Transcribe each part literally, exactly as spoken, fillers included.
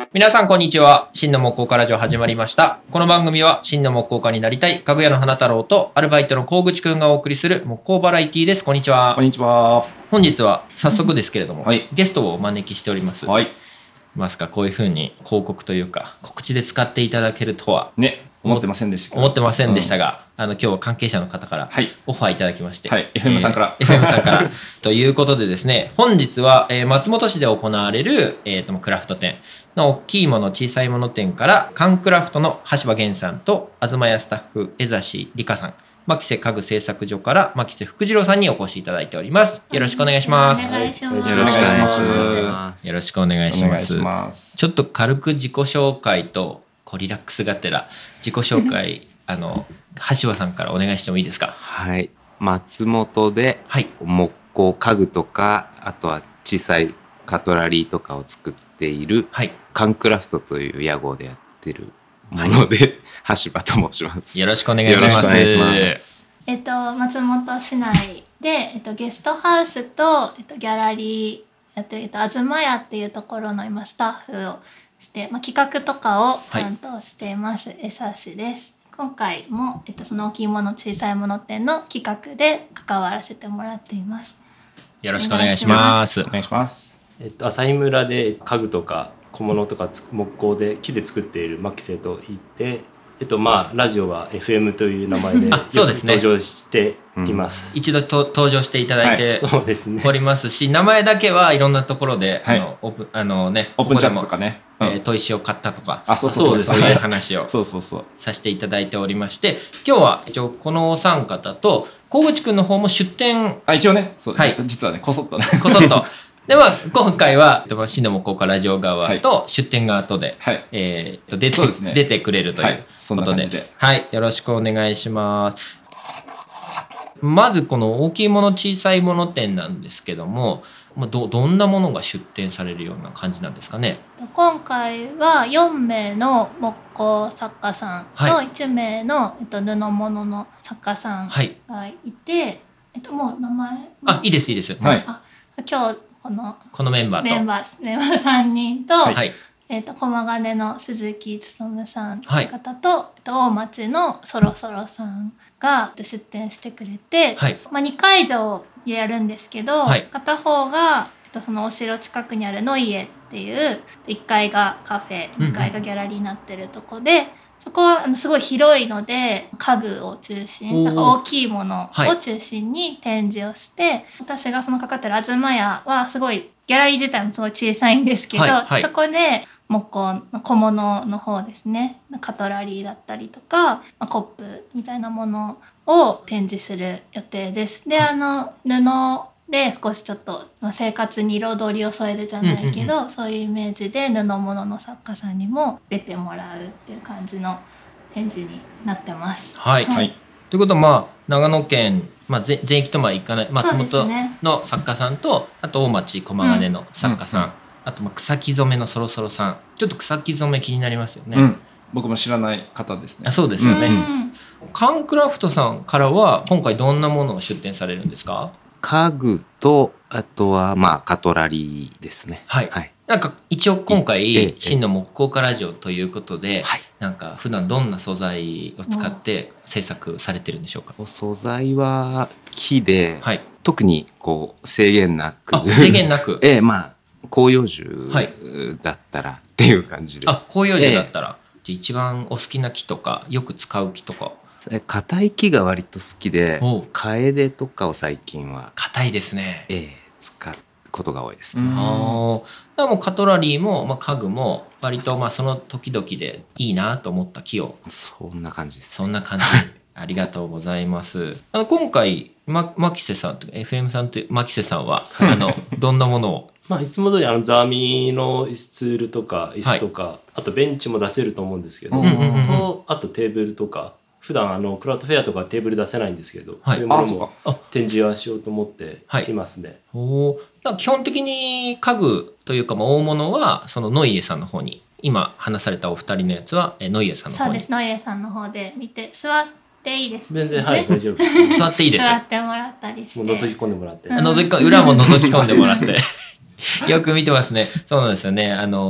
皆さんこんにちは。真の木工家ラジオ始まりました。この番組は真の木工家になりたいかぐやの花太郎とアルバイトの河口くんがお送りする木工バラエティです。こんにちは。 こんにちは。 本日は早速ですけれども、 はい、 ゲストをお招きしております。 はい。 ますかこういう風に広告というか告知で使っていただけるとはね、思ってませんでした。 思ってませんでしたが、うん、あの今日は関係者の方からはいオファーいただきまして、 はい、エフエム さんから、 えー、エフエム さんからということでですね、本日は、えー、松本市で行われる、えー、とクラフト展の大きいもの小さいもの展からカンクラフトの橋場源さんと東屋スタッフ江指理香さん、牧瀬家具製作所から牧瀬福次郎さんにお越しいただいております。よろしくお願いします。 お願いします。 よろしくお願いします。 よろしくお願いします。 お願いします。 ちょっと軽く自己紹介とこうリラックスがてら自己紹介あの橋場さんからお願いしてもいいですか。 はい、松本ではい木工家具とか、あとは小さいカトラリーとかを作っている、 はい、 カンクラフトという屋号でやってるもので、はい、橋場と申します。 よろしくお願いします。 よろしくお願いします。 えっと松本市内で、えっと、ゲストハウスと、えっと、ギャラリーやってる、えっと、東屋っていうところの今スタッフをして、まあ、企画とかを担当しています、はい、江指です。今回も、えっと、その大きいもの小さいもの展の企画で関わらせてもらっています。 よろしくお願いします。 お願いします。 えっと、朝日村で家具とか小物とか木工で木で作っている牧瀬といて、えっとまあ、ラジオは エフエム という名前でよく登場しています。 うん、一度と登場していただいて、はい、 そうですね、 おりますし、名前だけはいろんなところで、 はい、 あのオープンあのねオープンチャットとかね、 うん、えー、砥石を買ったとか、 あ、そうそうそう、 そういう話をそうそうそうさせていただいておりまして、今日は一応このお三方と河口くんの方も出展、 あ、一応ね、そう、 はい、 実はねこそっとねこそっとでは今回は真の木工家ラジオ側と出展側とで、はい、えー、と出て、ね、出てくれるということで、はい、ではい、よろしくお願いします。まずこの大きいもの小さいもの展なんですけども、ど, どんなものが出展されるような感じなんですかね。 今回はよんめいの木工作家さんといちめいの、えっと、布物の作家さんがいて、はい、えっと、もう名前あいいですいいです、 はい、あ今日このこのメンバーとメンバーメンバーさんにんと、 はい、 えーと駒ヶ根の鈴木勉さんという方と、はい、えーと大町のそろそろさんが出展してくれて、はい、まあ、にかいじょうでやるんですけど、はい、片方が、えーとそのお城近くにあるノイエっていういっかいがカフェにかいがギャラリーになってるとこで、うんうん、そこはすごい広いので家具を中心、だから大きいものを中心に展示をして、はい、私がそのかかってる東屋はすごいギャラリー自体もすごい小さいんですけど、はいはい、そこで木工の小物の方ですね、カトラリーだったりとか、まあ、コップみたいなものを展示する予定です。で、あの布で少しちょっと生活に彩りを添えるじゃないけど、うんうんうん、そういうイメージで布物の作家さんにも出てもらうっていう感じの展示になってます。 はい、はい、ということは、まあ、長野県、まあ、全域とまあいかない松本の作家さんと、あと大町駒ヶ根の作家さん、うんうんうん、あとまあ草木染めのそろそろさん、ちょっと草木染め気になりますよね、うん、 僕も知らない方ですね。 あ、そうですよね、 うん、 カンクラフトさんからは今回どんなものを出展されるんですか。 家具と、あとはまあカトラリーですね。 はい、はい、なんか一応今回真の木工家ラジオということで、はい、なんか普段どんな素材を使って制作されてるんでしょうか。 お素材は木で、はい、特にこう制限なく制限なくええ、まあ広葉樹だったらっていう感じで、 あ、広葉樹だったら、ええ、一番お好きな木とかよく使う木とか。 硬い木が割と好きで、カエデとかを最近は硬いですね、 ええ、使うことが多いです、 ね、あもうカトラリーも、まあ、家具も割とまあその時々でいいなと思った木を。 そんな感じです、ね、 そんな感じありがとうございます。あの今回ま牧瀬さんと エフエム さんと牧瀬さんはあのどんなものをまあいつも通りあの座網のツールとか椅子とか、はい、あとベンチも出せると思うんですけど、うんうんうんうん、とあとテーブルとか普段あのクラウドフェアとかテーブル出せないんですけど、はい、そういうものも展示はしようと思っていますね、 はい、お基本的に家具というか大物はそのノイエさんの方に、今話されたお二人のやつはノイエさんの方に。 そうです、ノイエさんの方で見て座っていいです、 ね、全然はい大丈夫です座っていいです座ってもらったりして、 もう覗き込んでもらって、 覗き裏も覗き込んでもらってよく見てますね。そうなんですよね。あの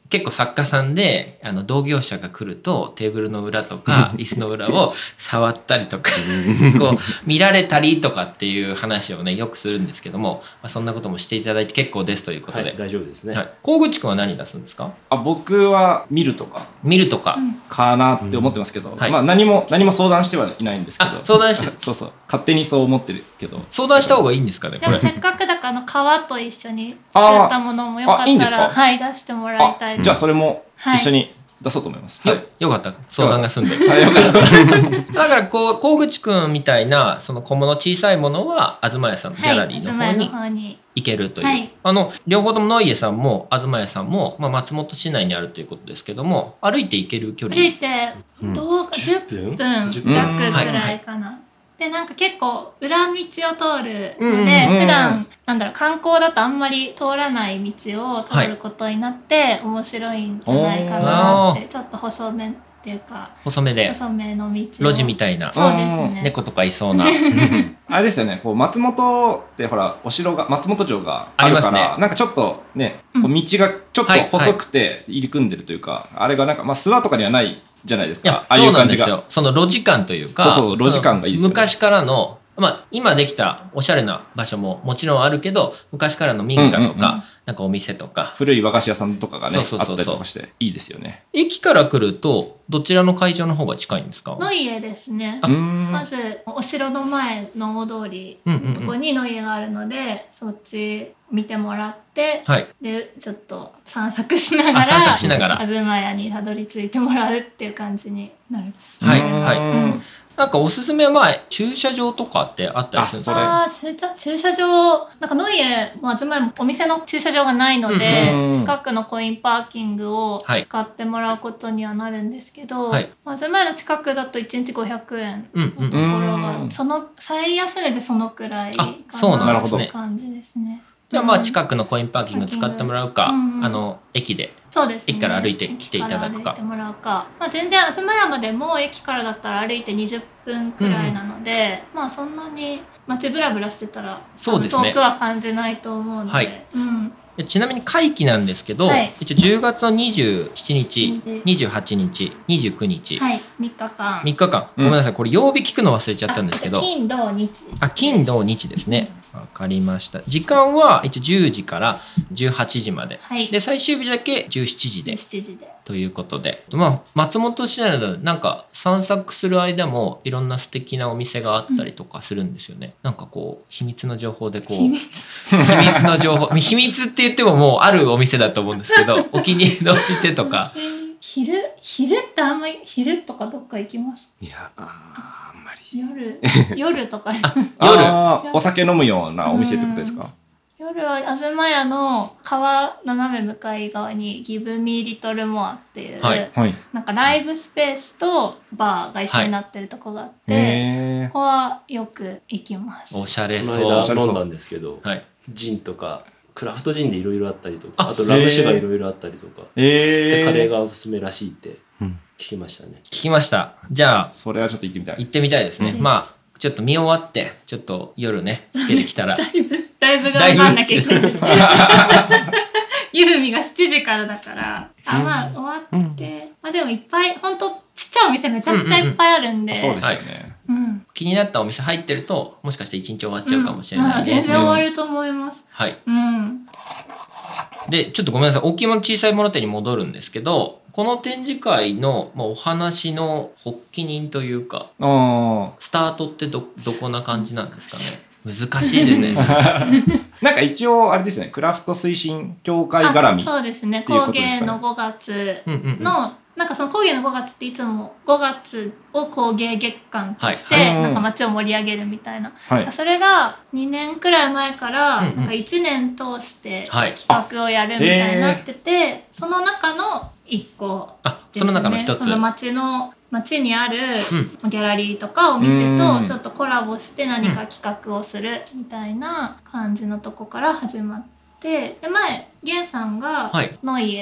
結構作家さんであの同業者が来るとテーブルの裏とか椅子の裏を触ったりとかこう見られたりとかっていう話をねよくするんですけども、まあ、そんなこともしていただいて結構ですということで、 はい、大丈夫ですね。 はい、河口くんは何出すんですか？ あ、僕は見るとか見るとかかなって思ってますけど、 うんはい、 まあ何も何も相談してはいないんですけど。 相談してそうそう、勝手にそう思ってるけど。 相談した方がいいんですかね。 でもせっかくだから皮と一緒に作ったものもよかったら、 いいんですか？ はい、出してもらいたいです。 じゃあそれも一緒に出そうと思います。 はい、よ, よかった相談が済んで。はい、よかっただからこう河口くんみたいなその小物小さいものは東屋さんのギャラリーの方に行けるという、はい、あの両方ともノイエさんも東屋さんも、まあ、松本市内にあるということですけども、歩いて行ける距離歩いてどうかじゅっぷん弱くらいかな、はい、でなんか結構裏道を通るので、うんうん、普段なんだろう観光だとあんまり通らない道を通ることになって、はい、面白いんじゃないかなって、ちょっと細めっていうか細めで細めの道路地みたいな、 そうですね、 猫とかいそうなあれですよね、こう松本ってほらお城が松本城があるから、ね、なんかちょっとね、こう道がちょっと細くて入り組んでるというか、はいはい、あれがなんかまあ諏訪とかにはないじゃないですか。ああいう感じが。 そうなんですよ。その路地感というか、 そうそう路地感がいいですよね。 昔からのまあ今できたおしゃれな場所ももちろんあるけど、昔からの民家とか、うんうんうん、なんかお店とか古い和菓子屋さんとかがねそうそうそうそうあったりとかしていいですよね。 駅から来るとどちらの会場の方が近いんですか？ 野家ですね。まずお城の前の大通りのとこに野家があるので、うんうんうん、そっち見てもらって、はい、でちょっと散策しながら散策しながら東屋にたどり着いてもらうっていう感じになる。 はいはい、うん、なんかおすすめは駐車場とかってあったりするんですか？ あそれあ駐車場なんか野家も東屋もお店の駐車場がないので、うんうんうん、近くのコインパーキングを使ってもらうことにはなるんですけど、はい、東屋の近くだといちにちごひゃくえんのところが、うんうん、その最安値でそのくらいかなって感じですね。 じゃあまあ近くのコインパーキング使ってもらうか、うんうん、あの駅でそうですね、 駅から歩いて来ていただくか。 駅から歩いてもらうか、まあ、全然東山でも駅からだったら歩いてにじゅっぷんくらいなので、うん、まあそんなに街ブラブラしてたらそうです、ね、遠くは感じないと思うので、はいうん、 ちなみに会期なんですけど、はい、一応じゅうがつのにじゅうしちにち、にじゅうはちにち、にじゅうくにち、 はい、みっかかん。 みっかかん。ごめんなさい、これ曜日聞くの忘れちゃったんですけど。 金土日。 あ、金土日ですね。わかりました。時間は一応じゅうじからじゅうはちじまで。はい、で最終日だけじゅうしちじで。 じゅうしちじで。 ということで、まあ松本市内のなんか散策する間もいろんな素敵なお店があったりとかするんですよね。うん、なんかこう秘密の情報でこう秘密秘密の情報秘密って言ってももうあるお店だと思うんですけど、お気に入りのお店とか。 昼昼ってあんまり昼とかどっか行きます？ いやあんまり夜夜とか夜お酒飲むようなお店ってことですか？ 夜は東屋の川斜め向かい側にギブミーリトルモアっていう、はい、なんかライブスペースとバーが一緒になってるとこがあって、はい、ここはよく行きます。 おしゃれそう。 この間飲んだんですけど、はい、ジンとかクラフトジンでいろいろあったりとか、あ, あとラム酒がいろいろあったりとか、でカレーがおすすめらしいって聞きましたね。 聞きました。じゃあそれはちょっと行ってみたい。 行ってみたいですね。うん、まあちょっと見終わってちょっと夜ね出てきたらだいぶだいぶ頑張んなきゃいけないゆるみがしちじからだからあまあ終わって、うん、まあでもいっぱい本当ちっちゃいお店めちゃくちゃいっぱいあるんで、 うんうんうん、そうですよね、 はいうん、気になったお店入ってるともしかして一日終わっちゃうかもしれないね、うんまあ、 全然終わると思います、 うん、はい、 うん、 でちょっとごめんなさい大きいもの小さいもの店に戻るんですけど、この展示会の、まあ、お話の発起人というかあスタートってどどこな感じなんですかね。難しいですねなんか一応あれですね、クラフト推進協会絡みそうですね、工芸のごがつの、うんうんうん、なんかその工芸のごがつっていつもごがつを工芸月間として、はいはい、なんか街を盛り上げるみたいな、はい、それがにねんくらい前からなんかいちねん通して企画をやるみたいになってて、はい、その中のいっこですね。 あ、その中の一つ。 その街の街にあるギャラリーとかお店とちょっとコラボして何か企画をするみたいな感じのとこから始まって、で前ゲンさんがノイエ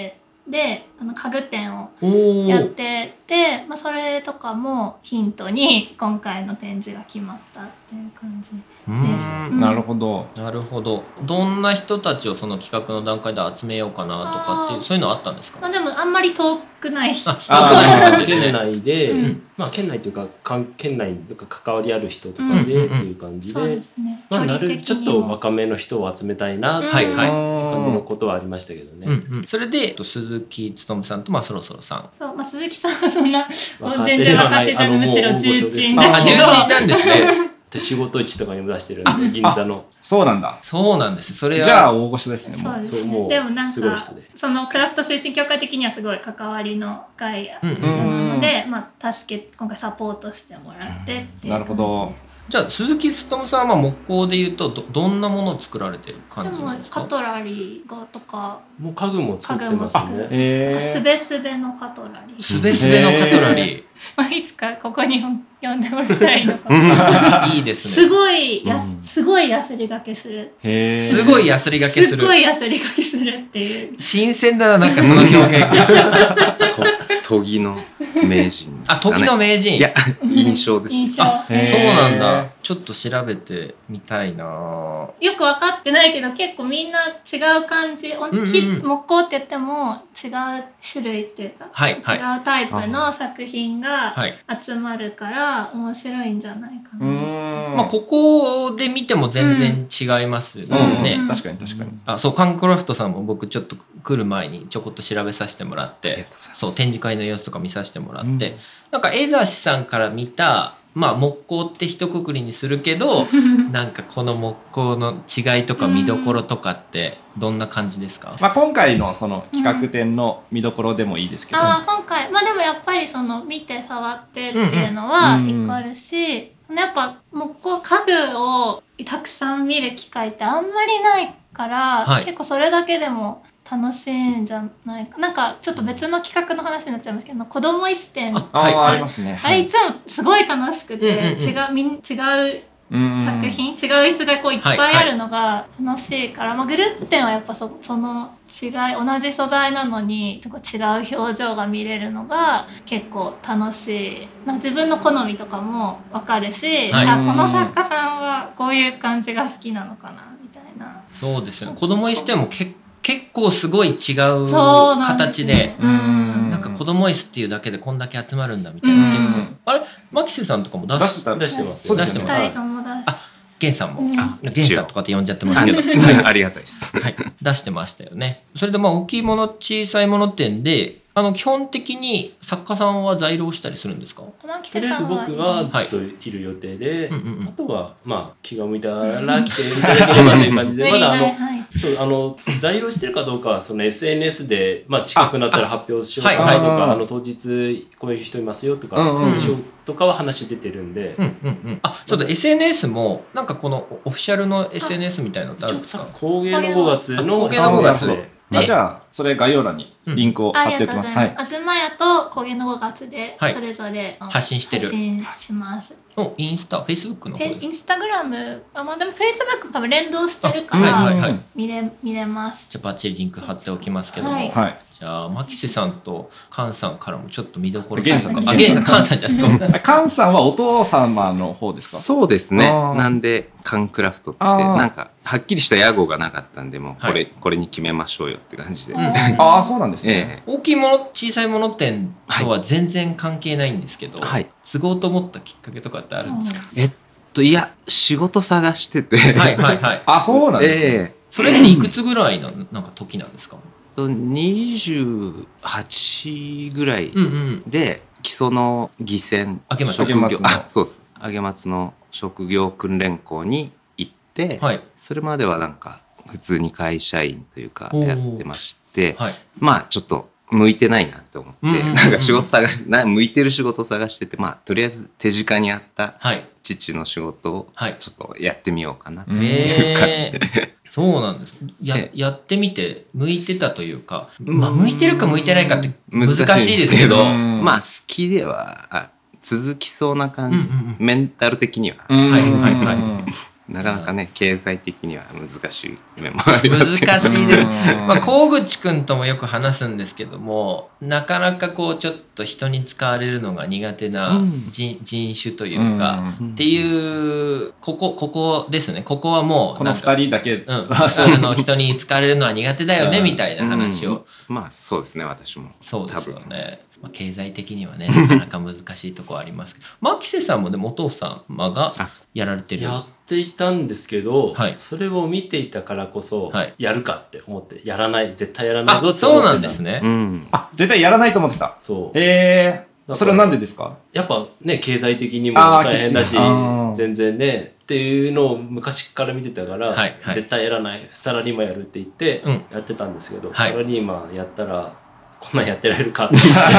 であの家具店をやってて、まあ、それとかもヒントに今回の展示が決まったっていう感じです。 うん、なるほどなるほど。どんな人たちをその企画の段階で集めようかなとかっていうそういうのあったんですか？ まあ、でもあんまり遠くない人。 遠くない人県内で、うん、まあ県内というか県内とか関わりある人とかで、うん、っていう感じで、うんうんね、まあなるちょっと若めの人を集めたいなっていう感じのことはありましたけどね。 うんうん、それで鈴木勉さんとまあそろそろさん。 そう、まあ、鈴木さんはそんな全然若手じゃむしろ重鎮あ重鎮なんですね。 で仕事市とかにも出してるんで銀座の。 そうなんだ。 そうなんです。それはじゃあ大御所ですね。 もうそうですね。 もうでもなんかすごい人でそのクラフト推進協会的にはすごい関わりの深い人なので、まあ助け今回サポートしてもらってっていう。 なるほど。 じゃあ鈴木勉さんは木工でいうと ど, どんなものを作られてる感じなんですか？ カトラリーがとかもう家具も作ってますね。 えー、すべすべのカトラリーすべすべのカトラリー、 まあ、いつかここに呼んでもらったらいいのかもいいですね。 すごいやす、すごいやすりがけするへすごいやすりがけするすごいやすりがけするっていう新鮮だな、なんかその表現研ぎの名人、ね、 あ、研ぎの名人。 いや印象です。 印象。 あ、そうなんだ。ちょっと調べてみたいな。よく分かってないけど結構みんな違う感じ、うんうん、木工って言っても違う種類っていうか、はいはい、違うタイプの作品が集まるから面白いんじゃないかな。 うんまあここで見ても全然違いますね。うんうん、 確かに確かに。 あ、そうカンクラフトさんも僕ちょっと来る前にちょこっと調べさせてもらって、そう展示会の様子とか見させてもらって、うん、なんか江指さんから見たまあ木工って一括りにするけどなんかこの木工の違いとか見どころとかってどんな感じですか？ まあ、今回のその企画展の見どころでもいいですけど、うん、 あ今回まあでもやっぱりその見て触ってっていうのは一個あるし、うんうん、やっぱ木工家具をたくさん見る機会ってあんまりないから、はい、結構それだけでも楽しいんじゃないか。なんかちょっと別の企画の話になっちゃいますけど、子供椅子展あ、はい、ありますね。 あれいつもすごい楽しくて、うんうんうん、違うみん違う作品、違う椅子がこういっぱいあるのが楽しいから、はいはい、まあ、グループ展はやっぱ そ, その違い同じ素材なのに違う表情が見れるのが結構楽しい。なんか自分の好みとかも分かるし、はい、あこの作家さんはこういう感じが好きなのかなみたいな。 そうですよね。子供椅子展も結構結構すごい違う形で、なんか子供椅子っていうだけでこんだけ集まるんだみたいな。結構あれマキセさんとかも出し出してます。 出してます。 ふたりとも出して。 あ、ゲンさんも、うん、ゲンさんとかって呼んじゃってますけど、 ありがたいです。 はい、出してましたよね。それでまあ大きいもの小さいもの店で。あの基本的に作家さんは在労したりするんですか？ とりあえず僕はずっといる予定で、はい、あとはまあ気が向いたら来ていただければという感じでまだあのそうあの在労してるかどうかはその エスエヌエス でまあ近くなったら発表しようかなとか、あの当日こういう人いますよとか、うんうん、とかは話出てるんで、 うんうんうん、あそうだ エスエヌエス もなんかこのオフィシャルの エスエヌエス みたいなのってあるんですか？ 工芸のごがつの工芸のごがつで。あじゃあそれ概要欄にリンクを貼っておきます。 ありがとうございます。あずまやと工芸のごがつでそれぞれ、 はい、発信してる。 発信します。 おインスタ、フェイスブックの方で。 インスタグラム、あまあでもフェイスブックも多分連動してるから、はいはいはい、見れ見れます。 じゃあバッチリリンク貼っておきますけども。 はい。 じゃあマキセさんとカンさんからもちょっと見どころ。 ゲンさんあゲンさんカンさんじゃない。 カンさんはお父様の方ですか？ そうですね。なんでカンクラフトってなんかはっきりした屋号がなかったんでもうこれ、はい、これに決めましょうよって感じで。うん、 ああそうなんですね。 ええ、大きいもの小さいもの店とは全然関係ないんですけど、はい、継ごうと思ったきっかけとかってあるんですか？ えっといや仕事探しててはいはいはい。 あそうなんですね。ええ、それっていくつぐらいのなんか時なんですか？ にじゅうはちぐらいで、うんうん、基礎の技専職業あそうです上松の職業訓練校に行って、はい、それまではなんか普通に会社員というかやってまして、はい、まあちょっと向いてないなって思って、うんうんうんうん、なんか仕事探しな向いてる仕事を探してて、まあとりあえず手近にあった父の仕事をちょっとやってみようかなっていう感じで、はい、 そうなんです。 や, やってみて向いてたというか、まあ、向いてるか向いてないかって難しいですけど、 まあ好きでは続きそうな感じ、うんうんうん、メンタル的には、 はいはいはいなかなかね経済的には難しい面もありますよね。 難しいです。まあ河口くんともよく話すんですけども、なかなかこうちょっと人に使われるのが苦手な人、うん、人種というか、うん、っていうここここですね。ここはもうこのふたりだけ、 うん、あの人に使われるのは苦手だよねみたいな話を、 うん、まあそうですね私もそうですよね。まあ、経済的にはねなかなか難しいところありますけど牧瀬さんもでもお父様がやられてるやっていたんですけど、はい、それを見ていたからこそ、はい、やるかって思ってやらない絶対やらないぞって思ってた。 そうなんですね、 うん、あ絶対やらないと思ってた。 そうへえー、それはなんでですか？ やっぱね経済的にも大変だし全然ねっていうのを昔から見てたから、はいはい、絶対やらないサラリーマンやるって言ってやってたんですけど、うん、サラリーマンやったらこんなんやってられるかって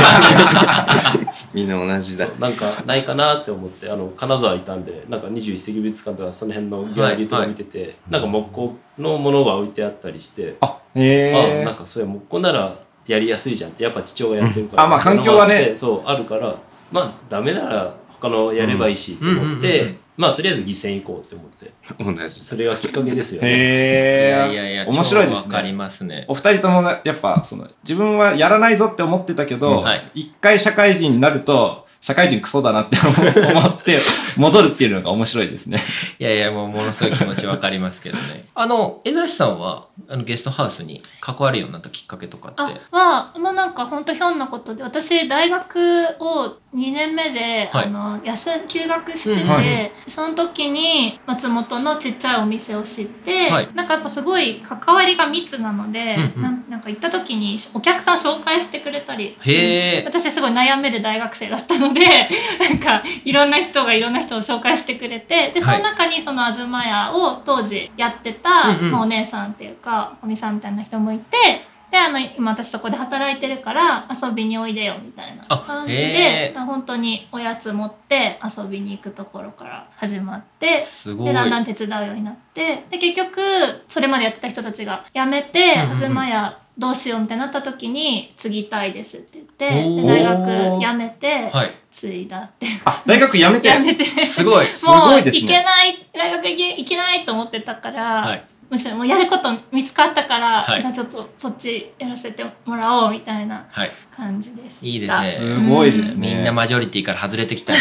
みんな同じだ。 なんかないかなって思ってあの金沢いたんでなんかにじゅういっ世紀美術館とかその辺のギャラリーとか見てて、はいはい、なんか木工のものが置いてあったりして、 あへあなんかそれ木工ならやりやすいじゃんってやっぱ父親がやってるから、 うん、あまあ環境はねそうあるからまあダメなら他のやればいいしと思って、うんうんうんうん、まあとりあえず犠牲行こうって思って同じそれがきっかけですよね。 へーいやいやいや面白いですね。 わかりますね。 お二人ともやっぱその自分はやらないぞって思ってたけど、うんはい、一回社会人になると社会人クソだなって思って戻るっていうのが面白いですね。 いやいやもうものすごい気持ちわかりますけどね。あの江指さんはあのゲストハウスに関わるようになったきっかけとかって？ あまあまあなんか本当ひょんなことで私大学をにねんめで、はい、あの休休学してて、うんはい、その時に松本のちっちゃいお店を知って、はい、なんかやっぱすごい関わりが密なので、うんうん、な, なんか行った時にお客さん紹介してくれたり、 へ私すごい悩める大学生だったのでなんかいろんな人がいろんな人を紹介してくれてでその中にその東屋を当時やってた、はいまあ、お姉さんっていうかおみさんみたいな人もいてであの今私そこで働いてるから遊びにおいでよみたいな感じで本当におやつ持って遊びに行くところから始まってすごいでだんだん手伝うようになってで結局それまでやってた人たちが辞めて、うんうんうん、東屋どうしようみたいになった時に継ぎたいですって言ってで大学辞めて継いだって、はい、 あ大学辞めて辞めてすごいすごいですね。 もう行けない大学行け行けないと思ってたから、はいむしろもうやること見つかったから、はい、じゃあちょっとそっちやらせてもらおうみたいな感じです、 はい、いいですね。すごいですね、 うん、みんなマジョリティから外れてきた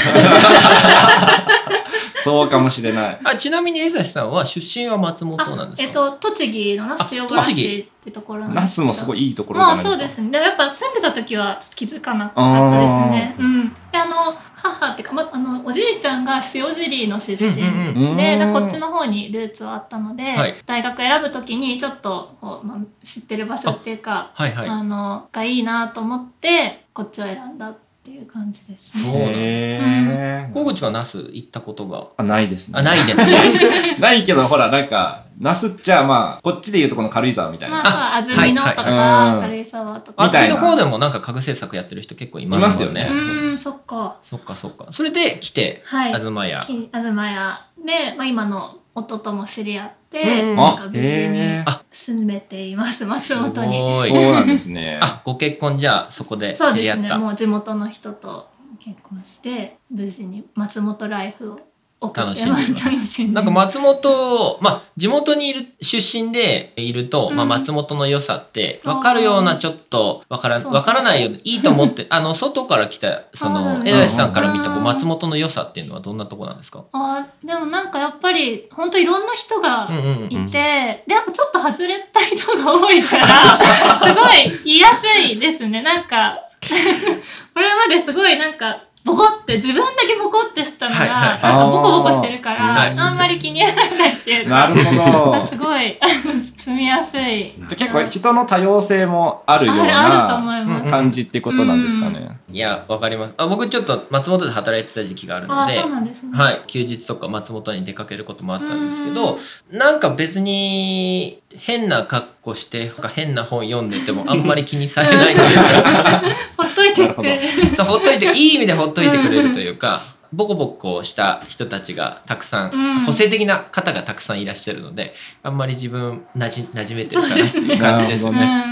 そうかもしれない。 あちなみに江指さんは出身は松本なんですか？ えっと栃木の那須塩原市ってところなんですけど。那須もすごいいいところじゃないですか。 まあそうですね。でもやっぱ住んでた時は気づかなかったですね。うん。であの母っていうか、ま、あのおじいちゃんが塩尻の出身、うんうんうん、でこっちの方にルーツはあったので、はい、大学選ぶ時にちょっとこう、まあ、知ってる場所っていうか、あ、はいはい、あのがいいなと思ってこっちを選んだっていう感じですね。 そうなんです。河口は那須行ったことがあないですね。 あないですね。 ないけどほらなんか那須っちゃまあこっちでいうとこの軽井沢みたいな。 まあ安曇野とか軽井沢とか。 あっちの方でもなんか家具制作やってる人結構いますよね。 いますよね。うんそっか。 そっかそっか。それで来て、はい、東屋。 東屋でまあ今の夫とも知り合って、うん、なんか無事に住めています松本に。 そうなんですね。 あご結婚じゃあそこで知り合った。 そうですね。もう地元の人と結婚して無事に松本ライフを送って楽しんで。なんか松本まあ地元にいる出身でいると、うんまあ、松本の良さって分かるようなちょっと分から分からないよういいと思ってあの外から来たその江指さんから見たこう松本の良さっていうのはどんなとこなんですか？ あでもなんかやっぱり本当いろんな人がいて、うんうんうん、でやっぱちょっと外れた人が多いからすごい言いやすいですね。なんかこれまですごいなんかボコって自分だけボコってしたのが、はいはい、なんかボコボコしてるから あ, あんまり気にならないっていうかなるほどすごい住みやすい。 じゃ結構人の多様性もあるような感じってことなんですかね。 いやわかります。あ僕ちょっと松本で働いてた時期があるので、 あそうなんですね、 はい、休日とか松本に出かけることもあったんですけどなんか別に変な格好して変な本読んでてもあんまり気にされないというかほっといてくれるそうほっといていい意味でほっといてくれるというかボコボコした人たちがたくさん、うん、個性的な方がたくさんいらっしゃるのであんまり自分なじ馴染めてるかなっていう感じですね。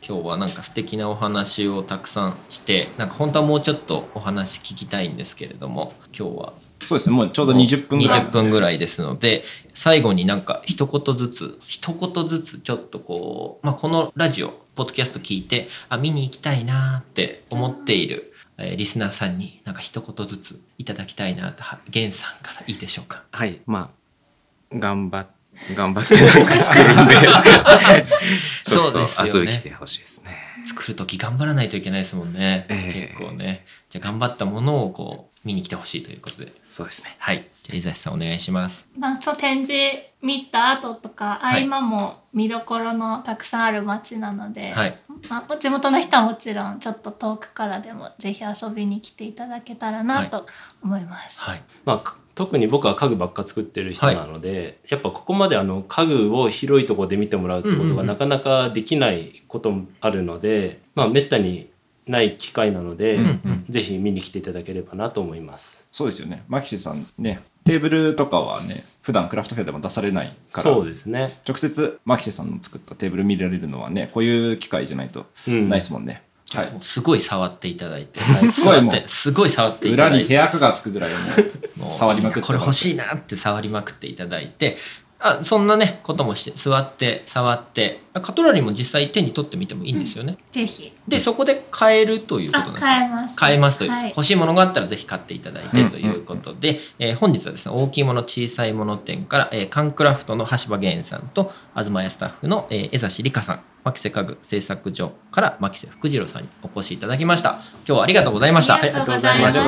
今日はなんか素敵なお話をたくさんして、なんか本当はもうちょっとお話聞きたいんですけれども、今日はそうですね、もうちょうどにじゅっぷんぐらいにじゅっぷんぐらいですので、最後になんか一言ずつ一言ずつちょっとこう、まあ、このラジオポッドキャスト聞いて、あ、見に行きたいなって思っている、えー、リスナーさんになんか一言ずついただきたいなと、源さんからいいでしょうか。 はい、まあ頑張って頑張ってなんか作るんでちょっと遊び来てほしいですね。 作る時頑張らないといけないですもんね、 えー、 結構ね。じゃあ頑張ったものをこう見に来てほしいということで。 そうですね。 はい、じゃあリザシさんお願いします。 なんか展示見た後とか合間も見どころのたくさんある街なので、はい、まあ、地元の人はもちろんちょっと遠くからでもぜひ遊びに来ていただけたらなと思います。 はいはい、 まあ特に僕は家具ばっか作ってる人なので、はい、やっぱここまであの家具を広いところで見てもらうってことがなかなかできないこともあるので、まあめったにない機会なので、うんうん、ぜひ見に来ていただければなと思います。 そうですよね。牧瀬さんね、テーブルとかはね普段クラフトフェアでも出されないから、 そうですね、 直接牧瀬さんの作ったテーブル見られるのはね、こういう機会じゃないとないですもんね。 うん、はい、すごい触っていただいて、すごいもうすごい触っていただいて、 裏に手垢がつくぐらいもう触りまくって、 これ欲しいなって触りまくっていただいて、あ、そんなねこともして座って触って、カトラリーも実際手に取ってみてもいいんですよね。 うん、ぜひ。 でそこで買えるということなんですか。 買えます。 買えますという、はい、欲しいものがあったらぜひ買っていただいてということで、うんうん、えー、本日はですね、大きいもの小さいもの店から、えー、カンクラフトの橋場源さんと東屋スタッフの、えー、江指理香さん、牧瀬家具製作所から牧瀬福次郎さんにお越しいただきました。今日はありがとうございました。 ありがとうございました。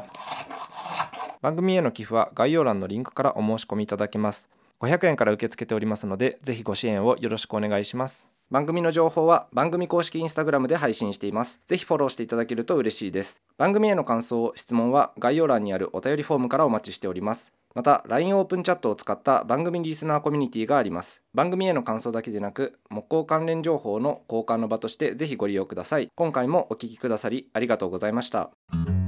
番組への寄付は概要欄のリンクからお申し込みいただけます。ごひゃくえんから受け付けておりますので、ぜひご支援をよろしくお願いします。番組の情報は番組公式インスタグラムで配信しています。ぜひフォローしていただけると嬉しいです。番組への感想、質問は概要欄にあるお便りフォームからお待ちしております。また ライン オープンチャットを使った番組リスナーコミュニティがあります。番組への感想だけでなく、木工関連情報の交換の場としてぜひご利用ください。今回もお聞きくださりありがとうございました。